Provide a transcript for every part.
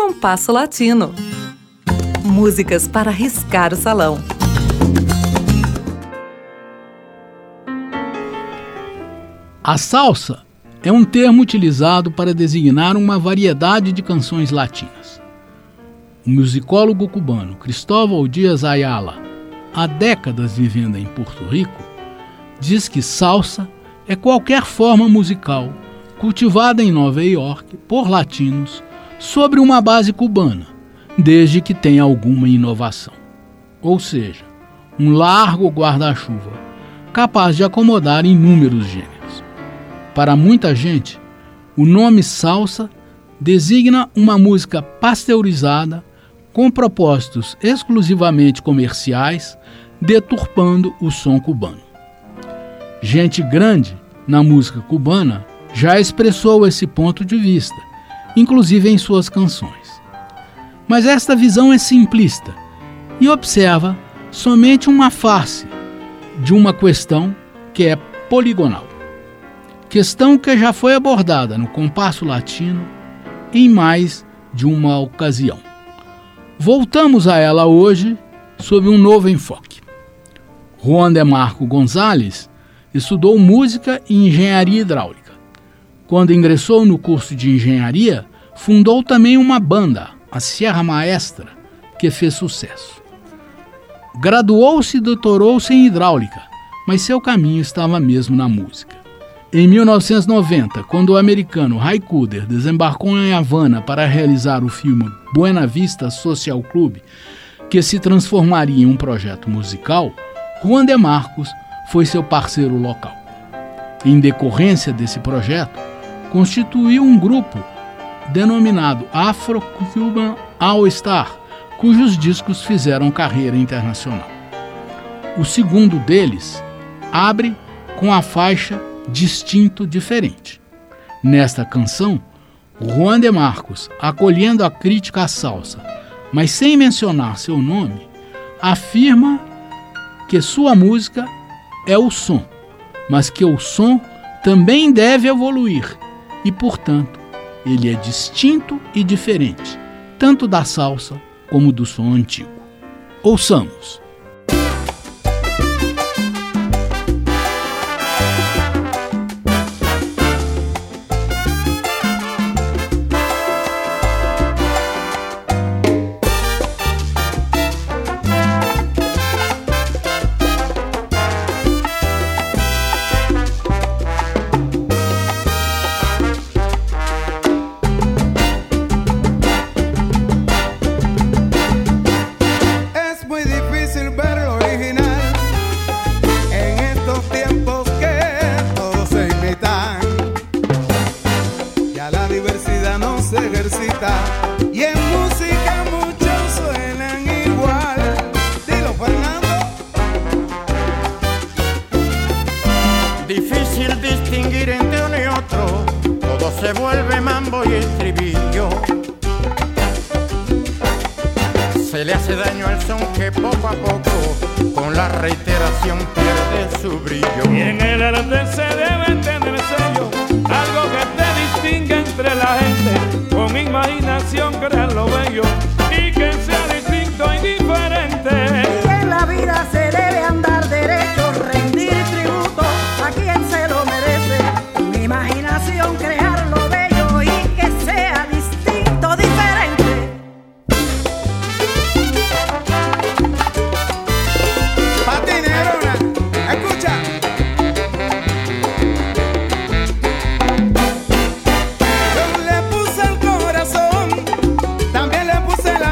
Compasso Latino. Músicas para riscar o salão. A salsa é um termo utilizado para designar uma variedade de canções latinas. O musicólogo cubano Cristóbal Díaz Ayala, há décadas vivendo em Porto Rico, diz que salsa é qualquer forma musical cultivada em Nova York por latinos sobre uma base cubana, desde que tenha alguma inovação. Ou seja, um largo guarda-chuva capaz de acomodar inúmeros gêneros. Para muita gente, o nome salsa designa uma música pasteurizada com propósitos exclusivamente comerciais, deturpando o som cubano. Gente grande na música cubana já expressou esse ponto de vista, inclusive em suas canções. Mas esta visão é simplista e observa somente uma face de uma questão que é poligonal. Questão que já foi abordada no Compasso Latino em mais de uma ocasião. Voltamos a ela hoje sob um novo enfoque. Juan de Marco González estudou música e engenharia hidráulica. Quando ingressou no curso de engenharia, fundou também uma banda, a Sierra Maestra, que fez sucesso. Graduou-se e doutorou-se em hidráulica, mas seu caminho estava mesmo na música. Em 1990, quando o americano Ray Cooder desembarcou em Havana para realizar o filme Buena Vista Social Club, que se transformaria em um projeto musical, Juan de Marcos foi seu parceiro local. Em decorrência desse projeto, constituiu um grupo denominado Afro-Cuban All-Star, cujos discos fizeram carreira internacional. O segundo deles abre com a faixa Distinto Diferente. Nesta canção, Juan de Marcos, acolhendo a crítica à salsa, mas sem mencionar seu nome, afirma que sua música é o som, mas que o som também deve evoluir e, portanto, ele é distinto e diferente, tanto da salsa como do som antigo. Ouçamos. Y en música muchos suenan igual. Dilo, Fernando. Difícil distinguir entre uno y otro, todo se vuelve mambo y estribillo. Se le hace daño al son que poco a poco, con la reiteración pierde su brillo. Y en el arte se debe tener sello, algo que te distinga entre la gente, con imaginación crear lo bello y que sea distinto y diferente. Y en la vida se debe andar derecho, rendir tributo a quien se lo merece, con imaginación crear lo bello y que sea distinto, diferente. Pati Negrona, escucha. Yo le puse el corazón, también le puse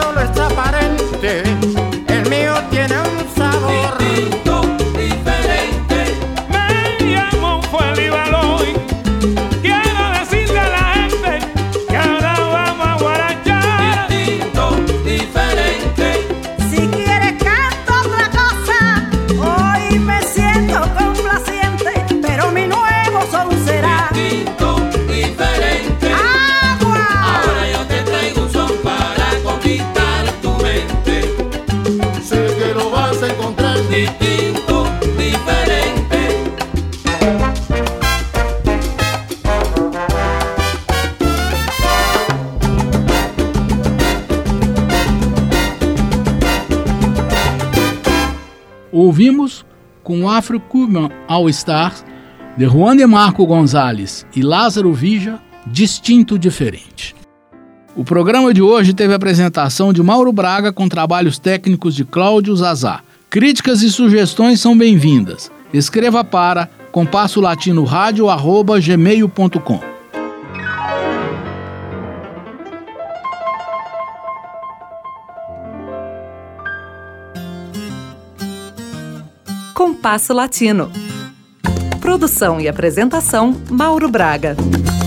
solo es aparente, el mío tiene un sabor distinto, diferente. Me llamo Feli Baloy. Quiero decirle a la gente que ahora vamos a guarachar. Distinto, diferente. Si quieres canto otra cosa, hoy me siento complaciente, pero mi nuevo son será Distinto, diferente. agua. Ahora yo te traigo un son para conquistar tu mente. Sé que lo vas a encontrar. Distinto, diferente. Ouvimos com Afro-Cuban All Stars, de Juan de Marco Gonzalez e Lázaro Vija, Distinto Diferente. O programa de hoje teve a apresentação de Mauro Braga com trabalhos técnicos de Cláudio Zazá. Críticas e sugestões são bem-vindas. Escreva para compassolatinoradio@gmail.com. Compasso Latino. Produção e apresentação, Mauro Braga.